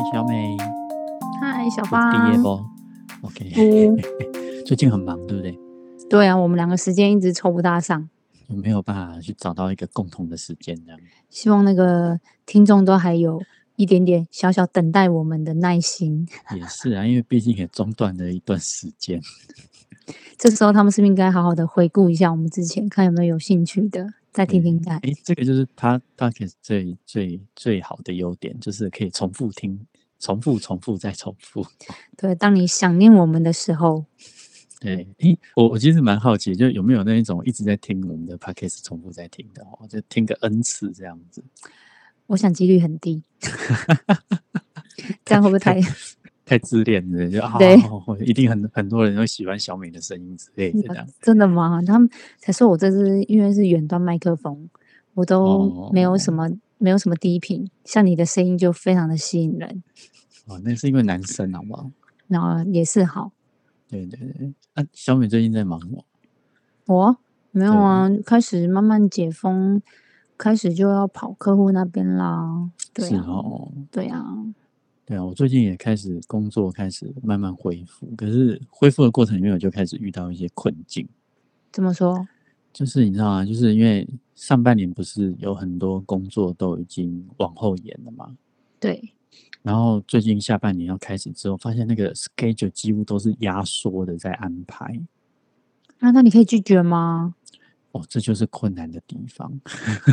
小美， 嗨，小有毕业芳。 不 ？OK， 嗯， 最近很忙，对不对？ 对啊，我们两个时间一直凑不搭上， 有没有办法去找到一个共同的时间这样？ 希望那个听众都还有一点点小小等待我们的耐心。 也是啊，因为毕竟也中断了一段时间。 这时候他们是不是应该好好的回顾一下我们之前，看有没有兴趣的，再听听看。 这个就是Podcast 最好的优点，就是可以重复听，重复再重复。 对，当你想念我们的时候， 对，我其实蛮好奇，就有没有那一种一直在听我们的 Podcast 重复在听的哦，就听个 N 次这样子。 我想几率很低，这样会不会太？ 太自恋了，就对， 一定很多人会喜欢小美的声音之类的这样。 真的吗？他们才说我这是因为是远端麦克风，我都没有什么低频，像你的声音就非常的吸引人。 那是因为男生好不好？ 然后也是好。 对对对。小美最近在忙什么？ 我没有啊，开始慢慢解封，开始就要跑客户那边啦。对是啊， 哦， 对啊， 对啊，我最近也开始工作，开始慢慢恢复。可是恢复的过程里面，我就开始遇到一些困境。 怎么说？ 就是你知道吗？就是因为上半年不是有很多工作都已经往后延了嘛， 对， 然后最近下半年要开始之后，发现那个 schedule 几乎都是压缩的在安排。 那你可以拒绝吗？ 这就是困难的地方。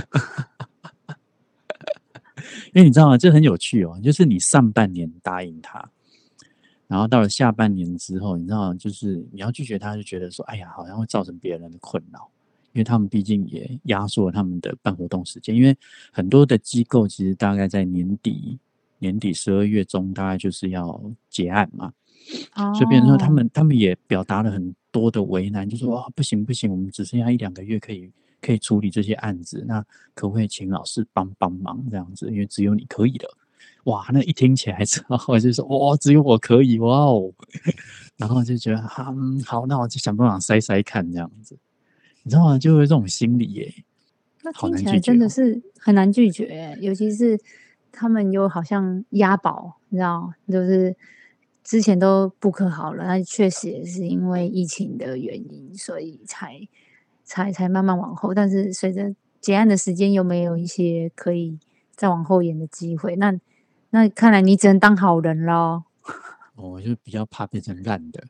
因为你知道吗？这很有趣哦，就是你上半年答应他，然后到了下半年之后，你知道，就是你要拒绝他，就觉得说，哎呀，好像会造成别人的困扰，因为他们毕竟也压缩了他们的办活动时间，因为很多的机构其实大概在年底12月中，大概就是要结案嘛，所以变成说他们也表达了很多的为难，就说哇不行不行，我们只剩下1-2个月可以处理这些案子，那可不可以请老师帮忙这样子？因为只有你可以的。哇，那一听起来之后就说哇，只有我可以哇哦，然后就觉得好，那我就想办法塞看这样子，你知道吗？就有这种心理耶， 那好听起来真难拒绝哦。 的是很难拒绝，尤其是他们又好像押宝，你知道，就是之前都 book 好了，那确实也是因为疫情的原因，所以才慢慢往后。但是随着结案的时间，又没有一些可以再往后延的机会，那看来你只能当好人咯。 我就比较怕变成烂的。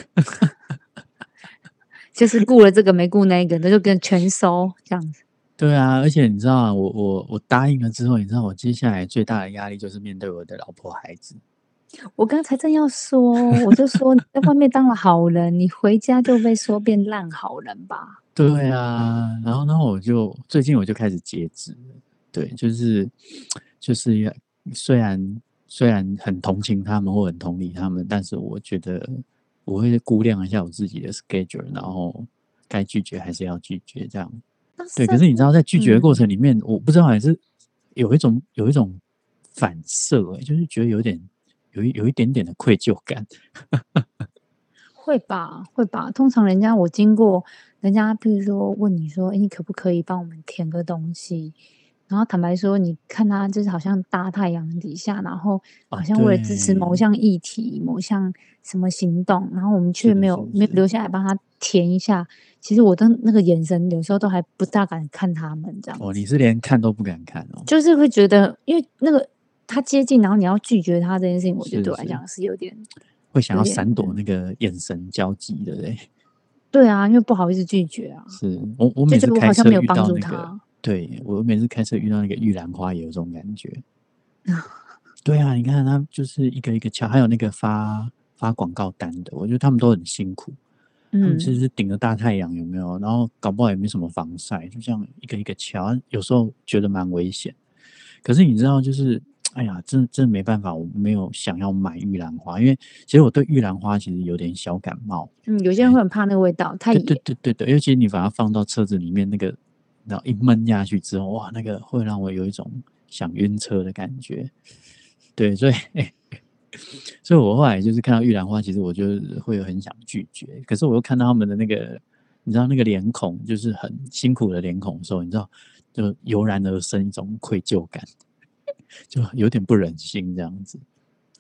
就是顾了这个没顾那个，那就跟全收这样子。 对啊，而且你知道啊，我答应了之后，你知道我接下来最大的压力就是面对我的老婆孩子。 我刚才正要说，我就说你在外面当了好人，你回家就被说变烂好人吧。 对啊，然后最近我就开始节制了。对，就是要虽然很同情他们或很同理他们，但是我觉得我会估量一下我自己的 schedule，然后该拒绝还是要拒绝这样。对，可是你知道在拒绝的过程里面，我不知道还是有一种反射，就是觉得有一点点的愧疚感。 会吧，会吧。通常我经过人家，譬如说问你说，你可不可以帮我们填个东西？然后坦白说，你看他就是好像大太阳底下，然后好像为了支持某对， 项议题、某项什么行动，然后我们却是没有留下来帮他填一下。其实我的那个眼神，有时候都还不大敢看他们这样子， 你是连看都不敢看哦。 就是会觉得，因为那个他接近，然后你要拒绝他这件事情，我觉得对我来是讲是有点。 会想要闪躲那个眼神交集，对不对？ 对啊，因为不好意思拒绝啊， 是我每次就觉得我开车遇好像没有帮到那个， 助他。 对我每次开车遇到那个玉兰花也有这种感觉。对啊，你看他就是一个一个敲，还有那个发广告单的，我觉得他们都很辛苦。他们其实是顶着大太阳，有没有？然后搞不好也没什么防晒，就这样一个一个敲，有时候觉得蛮危险。可是你知道，就是哎呀，真没办法，我没有想要买玉兰花，因为其实我对玉兰花其实有点小感冒。 有些人会很怕那个味道，太对野。 对对对，尤其你把它放到车子里面，那个然后一闷下去之后，哇，那个会让我有一种想晕车的感觉。对，所以我后来就是看到玉兰花，其实我就会很想拒绝，可是我又看到他们的那个，你知道那个脸孔，就是很辛苦的脸孔的时候，你知道，就油然而生一种愧疚感，就有点不忍心这样子。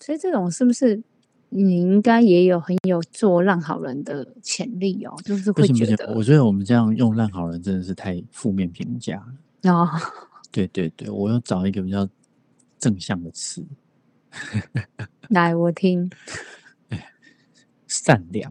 所以这种是不是你应该也有很有做烂好人的潜力哦？就是会不行不行， 觉得， 我觉得我们这样用烂好人真的是太负面评价了。 哦， 对对对，我要找一个比较正向的词， 来我听。 善良，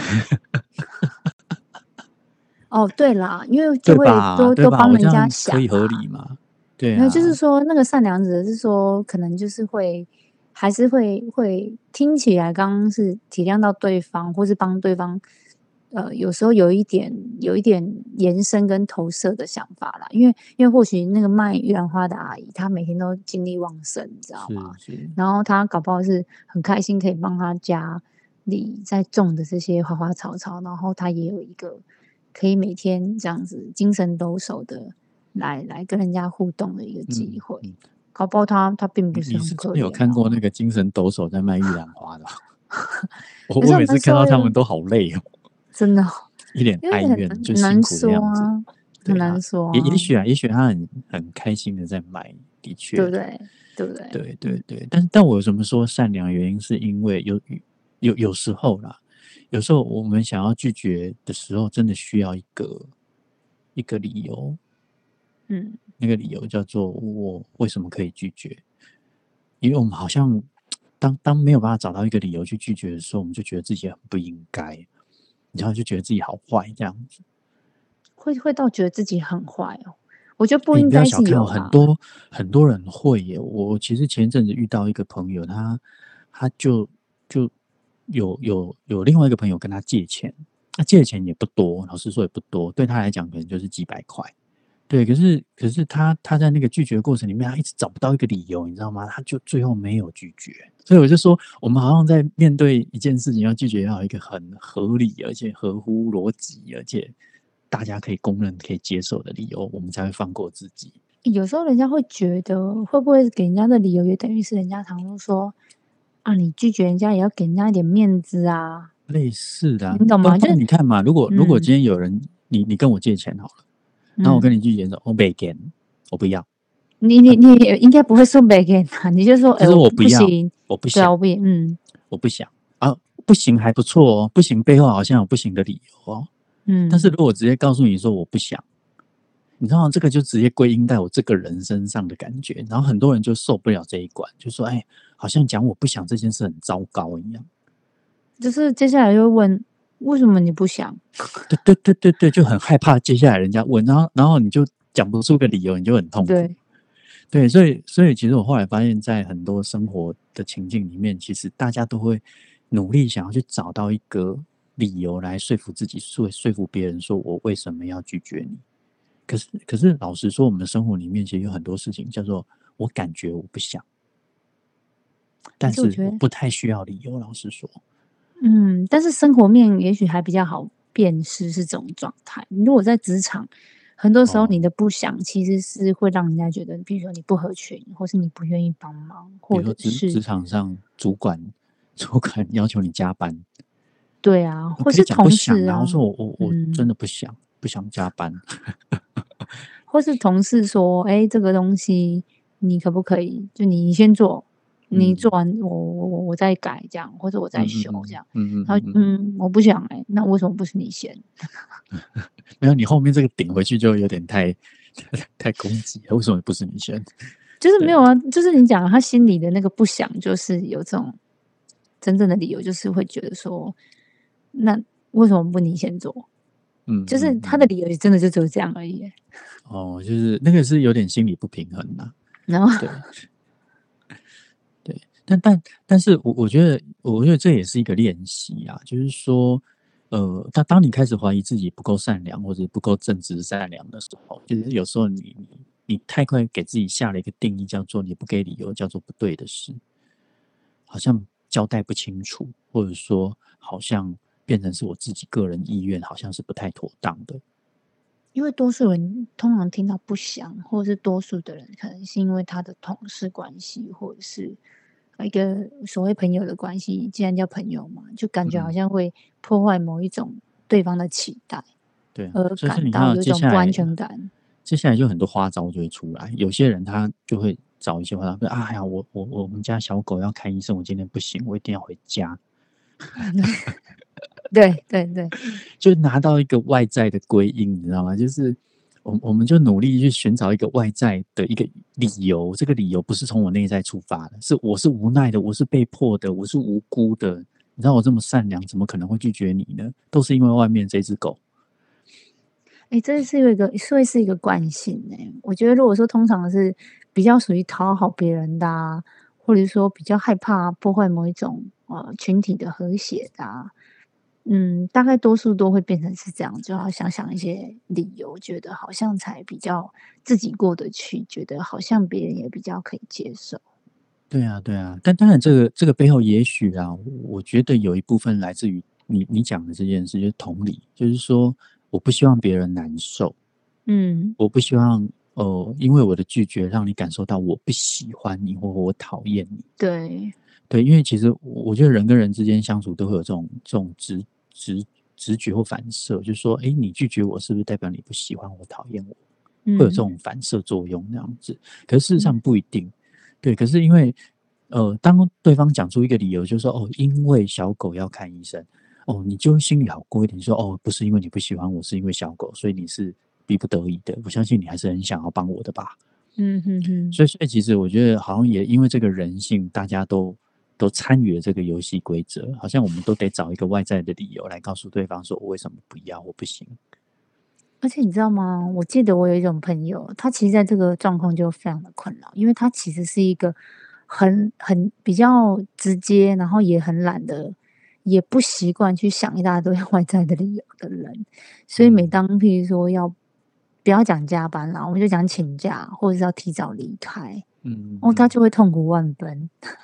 哦，对啦，因为就对会吧？对吧？ 都帮人我这样家想可以合理啊。 吗？对没有，就是啊， 说那个善良者是说，可能就是会，还是会听起来刚刚是体谅到对方，或是帮对方，有时候有一点延伸跟投射的想法啦。因为或许那个卖玉兰花的阿姨，她每天都精力旺盛，你知道吗？ 是是， 然后她搞不好是很开心，可以帮她家里在种的这些花花草草，然后她也有一个可以每天这样子精神抖擞的。来跟人家互动的一个机会， 嗯， 搞不好他并不是你是很可怜真的有看过哦。 那个精神抖擞在卖玉兰花的吗？我可是很我每次看难说哟， 到他们都好累哦， 真的哦， 一脸因为很哀怨，就辛难苦的样子。 说啊，很对啊， 难说啊， 也也许啊，也许他很开心的在卖，的确啦， 对不对？对不对？ 对对对。但我为什么说善良的原因，是因为有时候啦，有时候我们想要拒绝的时候，真的需要一个理由， 嗯， 那个理由叫做我为什么可以拒绝？因为我们好像当没有办法找到一个理由去拒绝的时候，我们就觉得自己很不应该，然后就觉得自己好坏这样子。 会到觉得自己很坏哦。我觉得不哎，你不要应该是小看哦， 有啦， 很多人会耶。我其实前一阵子遇到一个朋友，他就有另外一个朋友跟他借钱，他借的钱也不多，老实说也不多，对他来讲可能就是几百块。对，可是他在那个拒绝过程里面，他一直找不到一个理由，你知道吗？他就最后没有拒绝。所以我就说，我们好像在面对一件事情要拒绝，要有一个很合理，而且合乎逻辑，而且大家可以公认、可以接受的理由，我们才会放过自己。 有时候人家会觉得，会不会给人家的理由也等于是人家常说说啊，你拒绝人家也要给人家一点面子啊， 类似的、啊，不然你懂吗？就是你看嘛，如果嗯今天有人你跟我借钱好了，然后我跟嗯。 你拒绝说，我没给，我不要， 你也应该不会说没给他，你就说，哎、 就是我我不要， 不行，对啊， 我不想， 我不行， 我不想啊，不行还不错哦，不行背后好像有不行的理由哦。但是嗯， 如果我直接告诉你说我不想，你知道吗？这个就直接归因在我这个人身上的感觉，然后很多人就受不了这一关，就说，哎，好像讲我不想这件事很糟糕一样。 就是接下来就会问，为什么你不想？ 对对对对对，就很害怕接下来人家问，然后你就讲不出个理由，你就很痛苦。 对， 对，所以其实我后来发现，在很多生活的情境里面，其实大家都会努力想要去找到一个理由来说服自己，说服别人，说我为什么要拒绝你。可是老实说，我们的生活里面其实有很多事情叫做我感觉我不想，但是可是我觉得， 我不太需要理由。老实说， 但是生活面也许还比较好辨识是这种状态。如果在职场，很多时候哦， 你的不想其实是会让人家觉得，比如说你不合群，或是你不愿意帮忙，或比如说者是职场上主管要求你加班， 对啊，或是我可以讲不同事啊， 想啊，我说我真嗯。 的不想加班。 或是同事说：“哎，这个东西你可不可以就你先做，你做嗯完我再改这样，或者我再嗯嗯修这样。” 嗯嗯嗯他说： 嗯嗯， 我不想哎，那为什么不是你先？” 没有你后面这个顶回去就有点太攻击了，为什么不是你先？对， 就是没有啊，就是你讲他心里的那个不想，就是有这种真正的理由，就是会觉得说，那为什么不你先做？ 嗯就是他的嗯嗯， 理由也真的就只有这样而已。 哦，就是那个是有点心理不平衡呐、 然后对对，但是我觉得这也是一个练习啊，就是说，当你开始怀疑自己不够善良或者不够正直善良的时候，就是有时候你太快给自己下了一个定义，叫做你不给理由，叫做不对的事，好像交代不清楚，或者说好像变成是我自己个人意愿，好像是不太妥当的。 因为多数人通常听到不想，或者是多数的人可能是因为他的同事关系，或者是一个所谓朋友的关系，既然叫朋友嘛，就感觉好嗯， 像会破坏某一种对方的期待， 对啊，所以而感你看到到有一种不安全感。 接下来就很多花招就会出来，有些人他就会找一些话，哎呀，我们家小狗要看医生，我今天不行，我一定要回家。 对对对， 就拿到一个外在的归因，你知道吗？就是我们就努力去寻找一个外在的一个理由，这个理由不是从我内在出发的，我是无奈的，我是被迫的，我是无辜的。你知道我这么善良，怎么可能会拒绝你呢？都是因为外面这只狗。 这是一个惯性我觉得如果说通常是比较属于讨好别人的啊，或者说比较害怕破坏某一种群体的和谐的啊，大概多数都会变成是这样，就要想一些理由，觉得好像才比较自己过得去，觉得好像别人也比较可以接受。 对啊，对啊，但当然，这个背后，也许啊，我觉得有一部分来自于你讲的这件事，就是同理，就是说，我不希望别人难受， 嗯， 我不希望因为我的拒绝让你感受到我不喜欢你或我讨厌你。 对， 对，因为其实我觉得人跟人之间相处都会有这种直直觉或反射，就是说，哎，你拒绝我是不是代表你不喜欢我、讨厌我？会有这嗯种反射作用那样子。可是事实嗯上不一定。对，可是因为当对方讲出一个理由，就是说因为小狗要看医生，你就心里好过一点，说不是因为你不喜欢我，是因为小狗，所以你是逼不得已的。我相信你还是很想要帮我的吧。 嗯哼哼， 所以其实我觉得好像也因为这个人性，大家都参与了这个游戏规则，好像我们都得找一个外在的理由来告诉对方说我为什么不要，我不行。 而且你知道吗？我记得我有一种朋友，他其实在这个状况就非常的困扰，因为他其实是一个很比较直接，然后也很懒得，也不习惯去想一大堆外在的理由的人。所以每当譬如说不要讲加班啦，我们就讲请假，或者是要提早离开，他就会痛苦万分，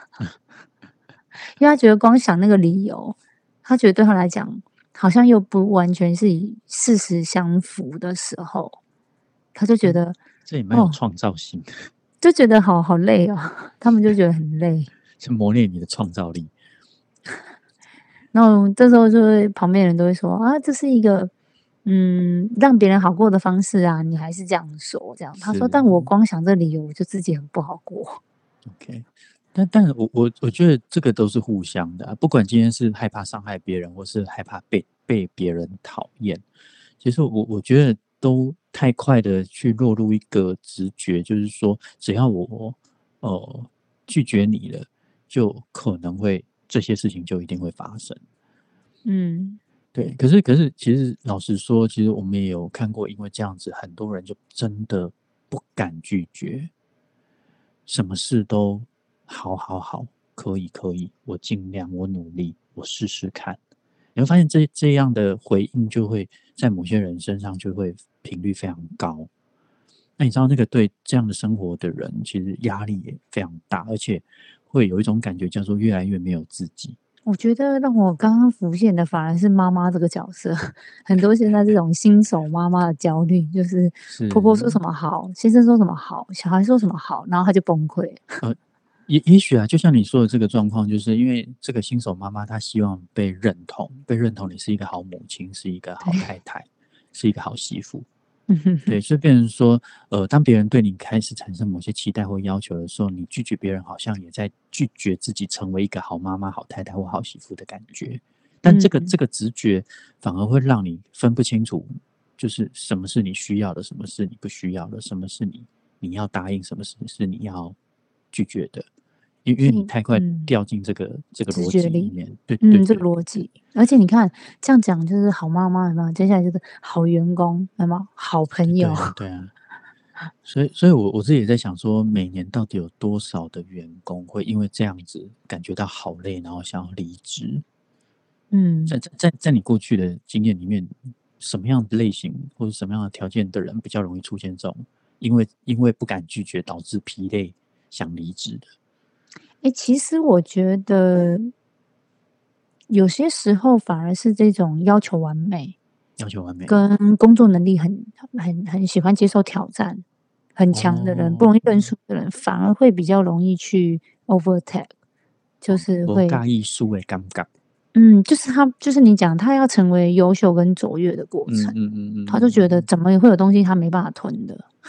因为他觉得光想那个理由，他觉得对他来讲好像又不完全是以事实相符的时候，他就觉得这也蛮有哦， 创造性的， 就觉得好累哦，他们就觉得很累。 是磨练你的创造力。 然后这时候就会旁边人都会说啊，这是一个让别人好过的方式啊，你还是这样说这样。他说， 是但我光想这理由，我就自己很不好过。 OK，但我觉得这个都是互相的不管今天是害怕伤害别人，或是害怕被别人讨厌，其实我觉得都太快的去落入一个直觉，就是说只要我拒绝你了，就可能会这些事情就一定会发生。 嗯对，可是，其实老实说，其实我们也有看过，因为这样子，很多人就真的不敢拒绝，什么事都好，可以，我尽量，我努力，我试试看。你会发现这样的回应，就会在某些人身上就会频率非常高。那你知道，那个对这样的生活的人，其实压力也非常大，而且会有一种感觉叫做越来越没有自己。 我觉得让我刚刚浮现的反而是妈妈这个角色，很多现在这种新手妈妈的焦虑，就是婆婆说是什么好，先生说什么好，小孩说什么好，然后她就崩溃了。 也许啊，就像你说的这个状况，就是因为这个新手妈妈她希望被认同，被认同你是一个好母亲，是一个好太太，是一个好媳妇。对，所以变成说，当别人对你开始产生某些期待或要求的时候，你拒绝别人，好像也在拒绝自己成为一个好妈妈、好太太或好媳妇的感觉。但这个直觉反而会让你分不清楚，就是什么是你需要的，什么是你不需要的，什么是你要答应，什么是你要拒绝的。因为你太快掉进这个逻直觉力， 辑里面，对对这个对逻辑。而且你看，这样讲就是好妈妈，有没有？接下来就是好员工，有没有？好朋友。 对啊对啊。所以我自己也在想说，每年到底有多少的员工会因为这样子感觉到好累，然后想要离职？ 嗯， 在你过去的经验里面，什么样的类型或者什么样的条件的人比较容易出现这种因为不敢拒绝导致疲累想离职的？ 其实我觉得有些时候反而是这种要求完美， 要求完美跟工作能力很喜欢接受挑战很强的人，不容哦， 易认输的人，反而会比较容易去 overtake，就是我会介意输的感觉。 就是你讲他要成为优秀跟卓越的过程，他就觉得怎么也会有东西他没办法吞的。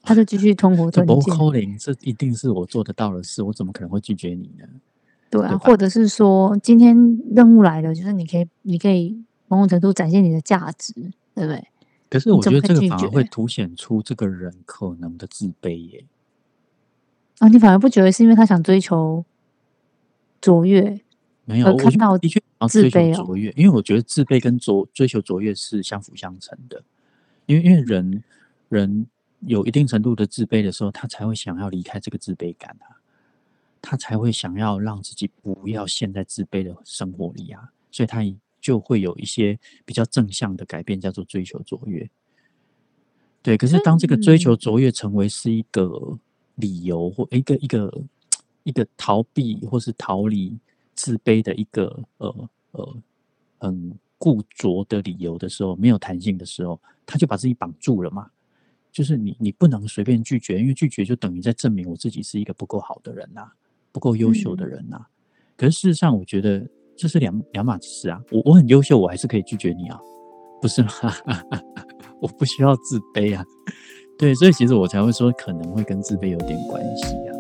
他就继续吞活这不吞剑。 可能，这一定是我做得到的事，我怎么可能会拒绝你呢？ 对啊， 对吧？ 或者是说今天任务来了，就是你可以某种程度展现你的价值，对不对？ 可是你怎么我觉得这个可以拒绝？ 反而会凸显出这个人可能的自卑耶。 啊，你反而不觉得是因为他想追求卓越没有，我觉得而看到的确要追求自卑哦？ 卓越，因为我觉得自卑跟追求卓越是相辅相成的。因为人有一定程度的自卑的时候，他才会想要离开这个自卑感啊，他才会想要让自己不要陷在自卑的生活里啊，所以他就会有一些比较正向的改变，叫做追求卓越。对，可是所以当这个追求卓越成为是一个理由或一个逃避或是逃离自卑的一个很固着的理由的时候，没有弹性的时候，他就把自己绑住了嘛。就是你不能随便拒绝，因为拒绝就等于在证明我自己是一个不够好的人呐、不够优秀的人呐、可是事实上，我觉得这是两码子事啊。我很优秀，我还是可以拒绝你啊，不是吗？我不需要自卑啊。对，所以其实我才会说可能会跟自卑有点关系啊。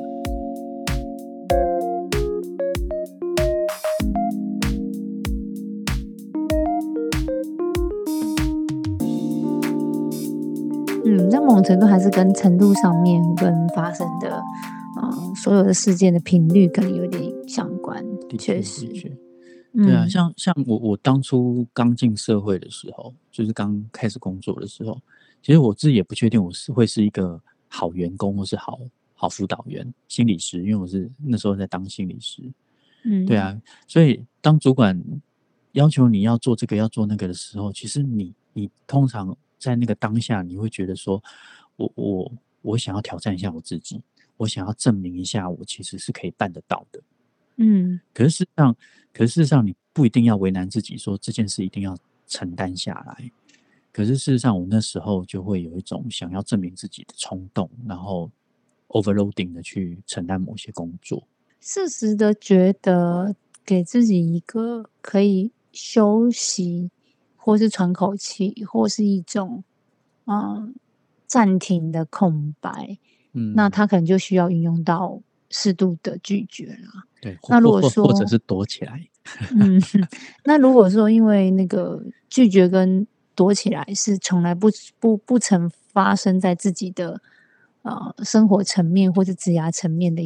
那某种程度还是跟程度上面跟发生的，所有的事件的频率可能有点相关， 的确， 确实。 的确，对啊， 嗯像我当初刚进社会的时候，就是刚开始工作的时候，其实我自己也不确定我会是一个好员工，或是好辅导员、心理师，因为我是那时候在当心理师。对嗯啊，所以当主管要求你要做这个要做那个的时候，其实你通常在那个当下，你会觉得说，我我我想要挑战一下我自己，我想要证明一下我其实是可以办得到的。 嗯， 可是事实上，你不一定要为难自己，说这件事一定要承担下来。可是事实上，我那时候就会有一种想要证明自己的冲动，然后 overloading 的去承担某些工作。 适时的觉得给自己一个可以休息，或是喘口气，或是一种嗯暂停的空白，那嗯， 他可能就需要运用到适度的拒绝了。 对，或那如或果说或或者是躲起来。 嗯，那如果说因为那个拒绝跟躲起来是从来不曾发生在自己的生活层面或者职涯层面的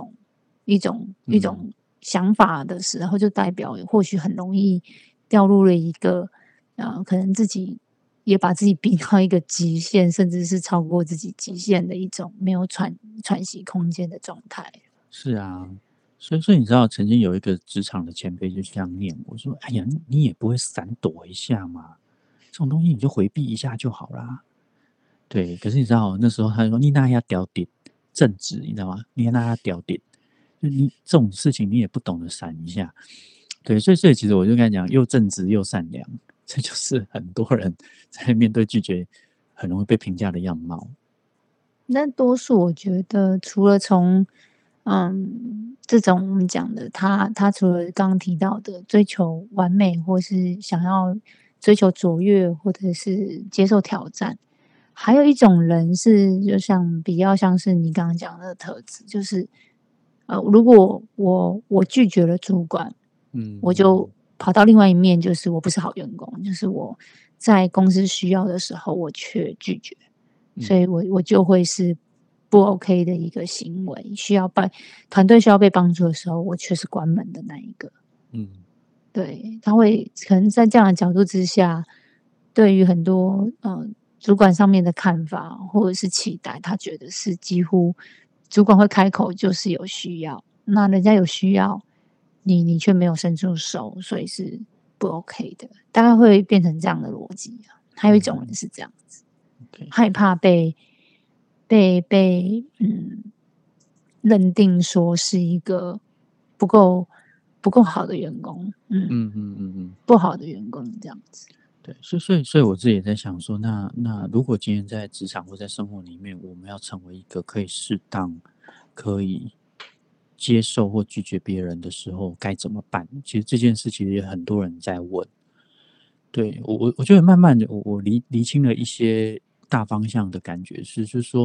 一种嗯， 想法的时候，就代表或许很容易掉入了一个可能自己也把自己逼到一个极限，甚至是超过自己极限的一种没有喘息空间的状态。 是啊，所以你知道，曾经有一个职场的前辈就这样念我说：“哎呀，你也不会闪躲一下嘛，这种东西你就回避一下就好啦。”对，可是你知道那时候他说：“你那要屌点正直，你知道吗？你那要屌点，就你这种事情你也不懂得闪一下。”对，所以其实我就跟他讲，又正直又善良，这就是很多人在面对拒绝很容易被评价的样貌。 那多数我觉得，除了从这种我们讲的，他除了刚刚提到的追求完美，或是想要追求卓越，或者是接受挑战，还有一种人是就像比较像是你刚刚讲的特质，就是如果我拒绝了主管， 嗯我就跑到另外一面，就是我不是好员工，就是我在公司需要的时候，我却拒绝。所嗯以我就会是不 OK 的一个行为，团队需要被帮助的时候，我却是关门的那一个。 嗯对，他会可能在这样的角度之下，对于很多主管上面的看法或者是期待，他觉得是几乎主管会开口就是有需要，那人家有需要，你却没有伸出手，所以是不 OK 的，大概会变成这样的逻辑啊。还有一种人嗯是这样子。 ，OK。 害怕被认定说是一个不够不够好的员工， 嗯嗯嗯嗯， 不好的员工这样子。 对，所以我自己也在想说，那如果今天在职场或在生活里面，我们要成为一个可以适当、可以接受或拒绝别人的时候，该怎么办？其实这件事其实也很多人在问。对，我觉得慢慢的，我厘清了一些大方向的感觉是，就是说，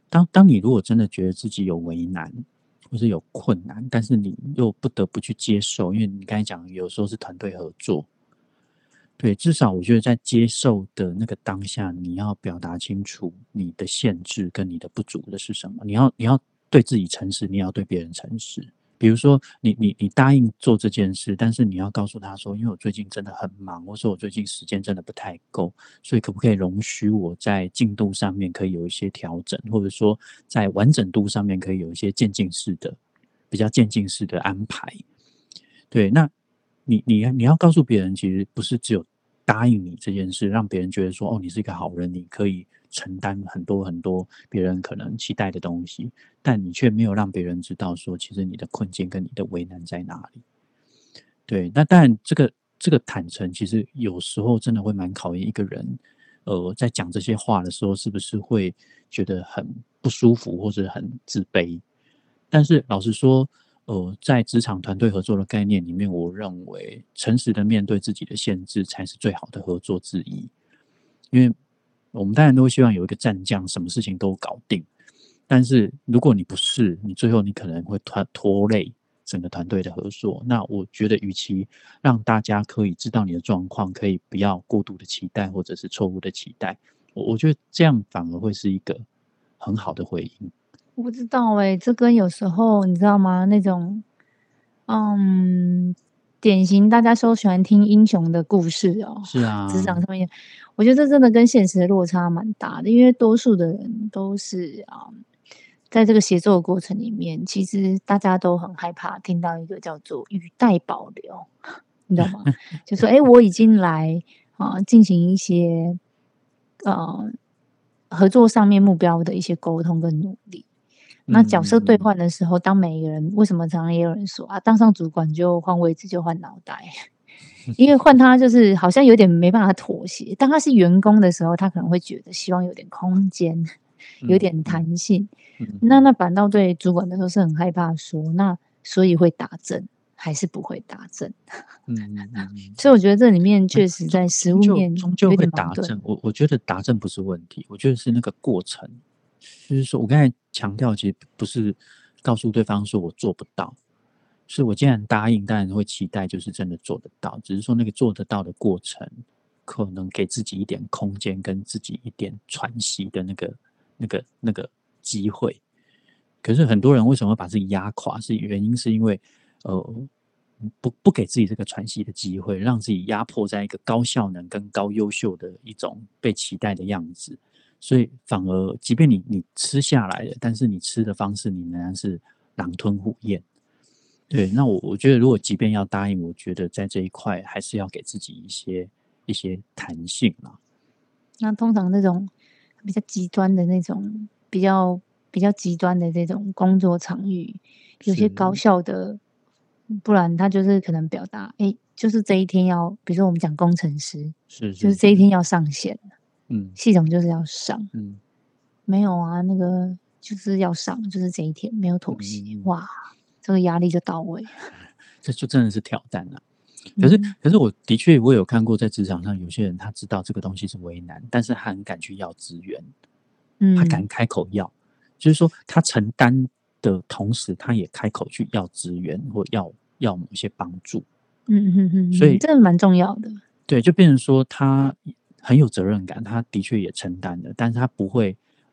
当你如果真的觉得自己有为难或是有困难，但是你又不得不去接受，因为你刚才讲有时候是团队合作，对，至少我觉得在接受的那个当下，你要表达清楚你的限制跟你的不足的是什么。你要对自己诚实，你也要对别人诚实。比如说你答应做这件事，但是你要告诉他说，因为我最近真的很忙，或者说我最近时间真的不太够，所以可不可以容许我在进度上面可以有一些调整，或者说在完整度上面可以有一些比较渐进式的安排。对，那你要告诉别人，其实不是只有答应你这件事，让别人觉得说，哦，你是一个好人，你可以承担很多很多别人可能期待的东西，但你却没有让别人知道说，其实你的困境跟你的为难在哪里。对，那当然这个坦诚，其实有时候真的会蛮考验一个人，在讲这些话的时候，是不是会觉得很不舒服或者很自卑？但是老实说，在职场团队合作的概念里面，我认为诚实的面对自己的限制才是最好的合作之一。因为我们当然都会希望有一个战将，什么事情都搞定。但是如果你不是，你最后你可能会拖累整个团队的合作。那我觉得，与其让大家可以知道你的状况，可以不要过度的期待或者是错误的期待，我觉得这样反而会是一个很好的回应。 我不知道这跟有时候你知道吗？那种嗯，典型大家都喜欢听英雄的故事哦， 是职啊， 场上面，我觉得这真的跟现实的落差蛮大的，因为多数的人都是在这个协作的过程里面，其实大家都很害怕听到一个叫做语带保留，你知道吗？就说我已经来进行一些呃合作上面目标的一些沟通跟努力。那角色兑换的时候，当每一个人为什么常常也有人说当上主管就换位置就换脑袋，因为换他就是好像有点没办法妥协。当他是员工的时候，他可能会觉得希望有点空间，有点弹性。那反倒对主管的时候是很害怕说，那所以会打正还是不会打正？所以我觉得这里面确实在实务面终究会有点矛盾。 达正。我觉得达正不是问题，我觉得是那个过程。就是说我刚才强调，其实不是告诉对方说我做不到，是我既然答应，当然会期待就是真的做得到，只是说那个做得到的过程，可能给自己一点空间，跟自己一点喘息的那个机会。可是很多人为什么会把自己压垮？原因是因为不给自己这个喘息的机会，让自己压迫在一个高效能跟高优秀的一种被期待的样子，所以反而即便你吃下来了，但是你吃的方式你仍然是狼吞虎咽。对，那我觉得如果即便要答应，我觉得在这一块还是要给自己一些弹性啦。 那通常那种比较极端的那种，比较极端的这种工作场域，有些高是效的，不然他就是可能表达，就是这一天要，比如说我们讲工程师，就是这一是是是， 天要上线， 嗯系统就是要上， 嗯没有那个就是要上，就是这一天没有妥协， 嗯， 哇，这个压力就到位了。 这就真的是挑战了。可是， 嗯可是我的确我有看过，在职场上有些人他知道这个东西是为难，但是他很敢去要资源，他敢嗯开口要，就是说他承担的同时，他也开口去要资源或要某些帮助，所以这个蛮重要的。 对，就变成说他很有责任感，他的确也承担了，但是他不会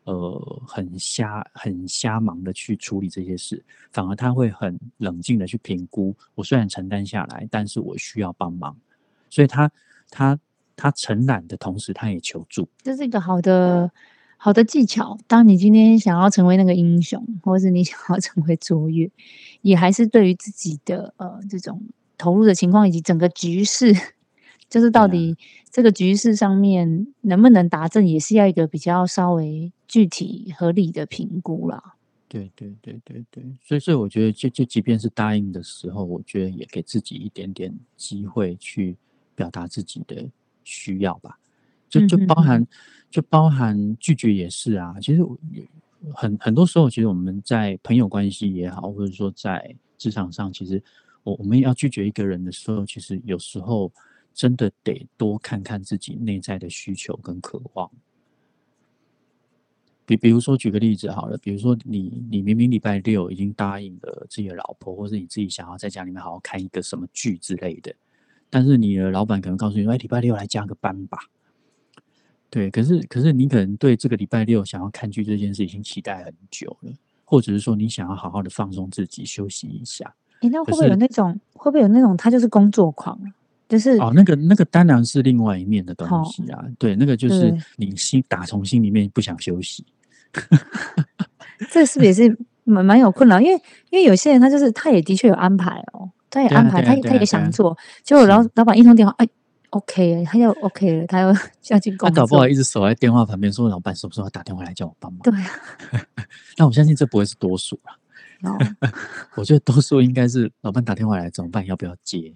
很瞎忙的去处理这些事，反而他会很冷静的去评估，我虽然承担下来，但是我需要帮忙，所以他他承揽的同时，他也求助。 这是一个好的技巧。当你今天想要成为那个英雄，或是你想要成为卓越，也还是对于自己的这种投入的情况以及整个局势，就是对啊， 到底这个局势上面能不能达正，也是要一个比较稍微具体合理的评估啦。 对对对对对，所以我觉得就即便是答应的时候，我觉得也给自己一点点机会去表达自己的需要吧。就嗯就包含哼哼， 就包含拒绝也是啊。其实很多时候，其实我们在朋友关系也好，或者说在职场上，其实我们要拒绝一个人的时候，其实有时候真的得多看看自己内在的需求跟渴望。 比如说举个例子好了，比如说你明明礼拜六已经答应了自己的老婆，或是你自己想要在家里面好好看一个什么剧之类的，但是你的老板可能告诉你说，哎，礼拜六来加个班吧。对，可是你可能对这个礼拜六想要看剧这件事已经期待很久了，或者是说你想要好好的放松自己，休息一下。 那会可是不会有那种他就是工作狂，就是哦，那个当然是另外一面的东好， 西啊。对，那个就是对， 你打从心里面不想休息。 这是不是也是蛮有困扰？因为有些人他也的确有安排哦，他也对啊， 安排， 对啊，对啊， 他也对啊， 想做，结果是。 老板一通电话，哎，OK 了，他要 OK 了，他要去他工作， 搞不好一直守在电话旁边说：“老板，什么时候要打电话来叫我帮忙？” 对啊， 但我相信这不会是多数啦。 哦， 我觉得多数应该是老板打电话来怎么办？要不要接？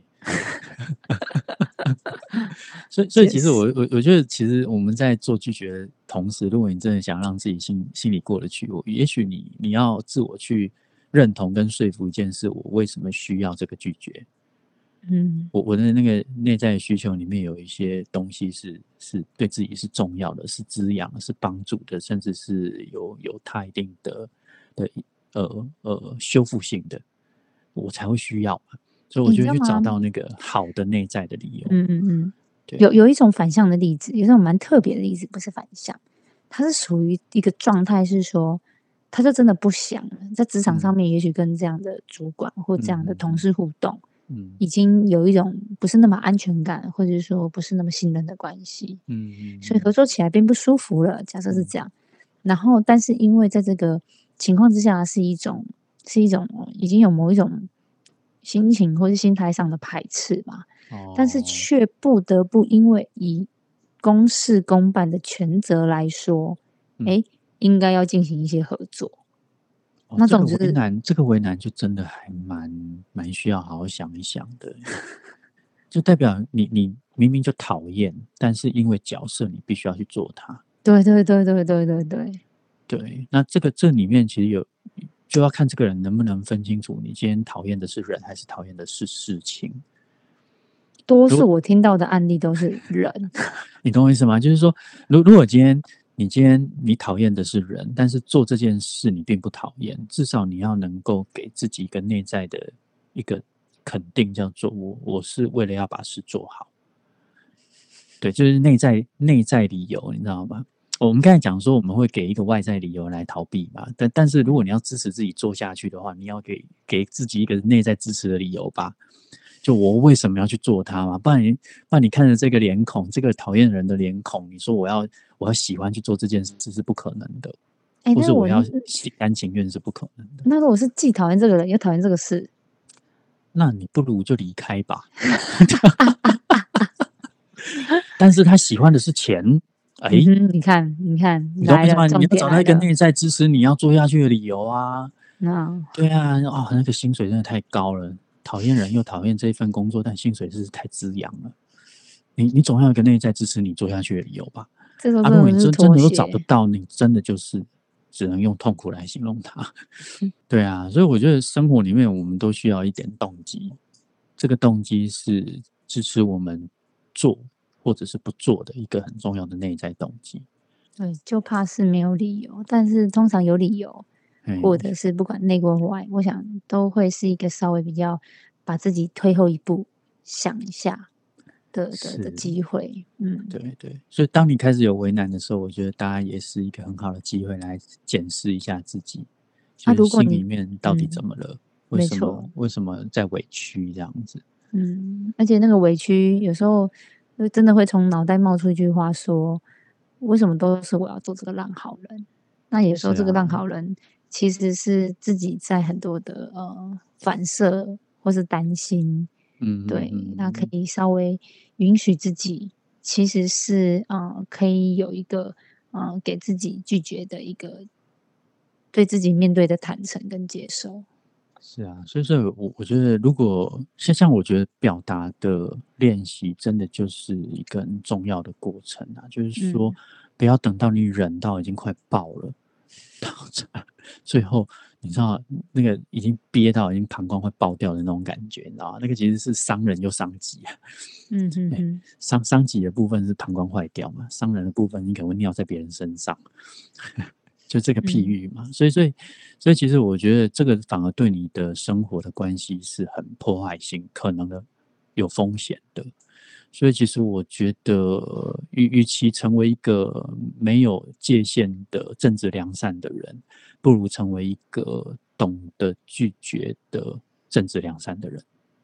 所以其实确实， 我觉得，其实我们在做拒绝的同时，如果你真的想让自己心里过得去，也许你要自我去认同跟说服一件事：我为什么需要这个拒绝？ 嗯我的那个内在的需求里面有一些东西是对自己是重要的，是滋养的，是帮助的，甚至是有它一定的修复性的，我才会需要嘛。所以我就会去找你知道吗？ 到那个好的内在的理由。 嗯嗯嗯， 对， 有一种反向的例子，有一种蛮特别的例子，不是反向，它是属于一个状态，是说，他就真的不想了，在职场上嗯面，也许跟这样的主管或这样的同嗯嗯事互动， 嗯已经有一种不是那么安全感，或者是说不是那么信任的关系， 嗯嗯所以合作起来并不舒服了。假设是嗯这样，然后但是因为在这个情况之下，是一种已经有某一种心情或是心态上的排斥嘛。但是哦， 却不得不因为以公事公办的权责来说， 嗯诶，应该要进行一些合作。 哦， 那种就是这个为难就真的还蛮需要好好想一想的。就代表你明明就讨厌，但是因为角色你必须要去做它。 对对对对对对对， 对，那这里面其实就要看这个人能不能分清楚，你今天讨厌的是人，还是讨厌的是事情。 多如果数我听到的案例都是人， 你懂我意思吗？就是说，如果今天你讨厌的是人，但是做这件事你并不讨厌，至少你要能够给自己一个内在的一个肯定，叫做我是为了要把事做好。对，就是内在理由，你知道吗？我们刚才讲说我们会给一个外在理由来逃避嘛，但是如果你要支持自己做下去的话，你要给自己一个内在支持的理由吧。就我为什么要去做它嘛？不然你看着这个脸孔，这个讨厌人的脸孔，你说我要喜欢去做这件事是不可能的， 诶， 或是我要心甘情愿是不可能的。 那如果是既讨厌这个人又讨厌这个事， 那你不如就离开吧。但是他喜欢的是钱，哎， 嗯哼，你看来了， 你懂我意思吗？你重要找到一个点来了， 内在支持你要做下去的理由啊。 那对啊，哦，那个薪水真的太高了，讨厌人又讨厌这一份工作，但薪水真是太滋养了。你总要有一个内在支持你做下去的理由吧？ 这时候啊，如果你真的是真的都找不妥协， 到，你真的就是只能用痛苦来形容它。对啊，所以我觉得生活里面我们都需要一点动机，这个动机是支持我们做或者是不做的一个很重要的内在动机。 对，就怕是没有理由，但是通常有理由，或哎， 者是不管内或外，我想都会是一个稍微比较把自己退后一步想一下的是， 机会。嗯， 对对，所以当你开始有为难的时候，我觉得大家也是一个很好的机会来检视一下自己， 那、 就是心里如果你面到底怎嗯， 么了，为什么没错， 为什么在委屈这样子？ 而且那个委屈有时候真的会从脑袋冒出一句话说：“为什么都是我要做这个烂好人？”那有时候这个烂是啊， 好人其实是自己在很多的反射或是担心， 嗯嗯对，那可嗯， 以稍微允许自己，其实是可以有一个给自己拒绝的一个对自己面对的坦诚跟接受。 是啊，所以我觉得，如果像我觉得表达的练习，真的就是一个很重要的过程啊，就是说， 嗯， 不要等到你忍到已经快爆了，到最后你知道那个已经憋到已经膀胱快爆掉的那种感觉，你知道吗？那个其实是伤人又伤己啊。 嗯哼哎， 哼， 伤己的部分是膀胱坏掉嘛，伤人的部分你可能会尿在别人身上。 就这个譬喻嘛。所以其实我觉得这个反而对你的生活的关系是很破坏性，可能的有风险的。所以其实我觉得与其成为一个没有界限的正直良善的人，不如成为一个懂得拒绝的正直良善的人。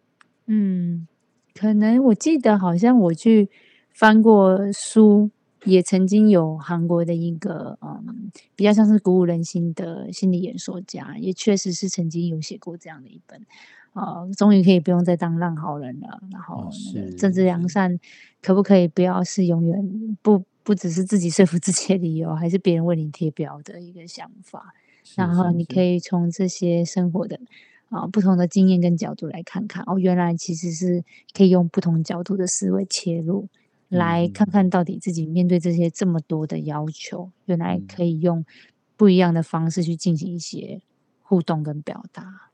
可能我记得好像我去翻过书，也曾经有韩国的一个比较像是鼓舞人心的心理演说家，也确实是曾经有写过这样的一本，终于可以不用再当烂好人了，然后那个正直良善可不可以不要是永远不只是自己说服自己的理由，还是别人为你贴标的一个想法，然后你可以从这些生活的不同的经验跟角度来看看，原来其实是可以用不同角度的思维切入，来看看到底自己面对这些这么多的要求，原来可以用不一样的方式去进行一些互动跟表达。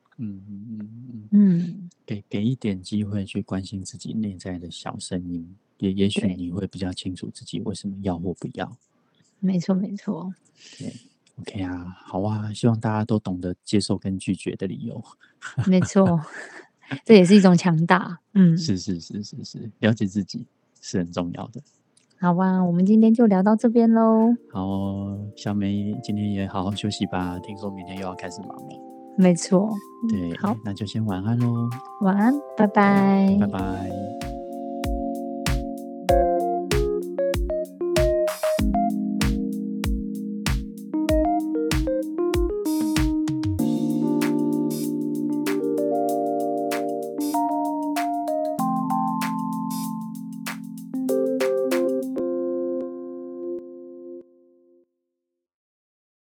给一点机会去关心自己内在的小声音，也许你会比较清楚自己为什么要或不要。 没错没错。 对，OK 啊，好啊，希望大家都懂得接受跟拒绝的理由。 没错，这也是一种强大。 是，了解自己是很重要的。 好啊，我们今天就聊到这边咯。 好哦，小梅今天也好好休息吧，听说明天又要开始忙了。 没错， 对， 好， 那就先晚安咯。 晚安，拜拜。 拜拜。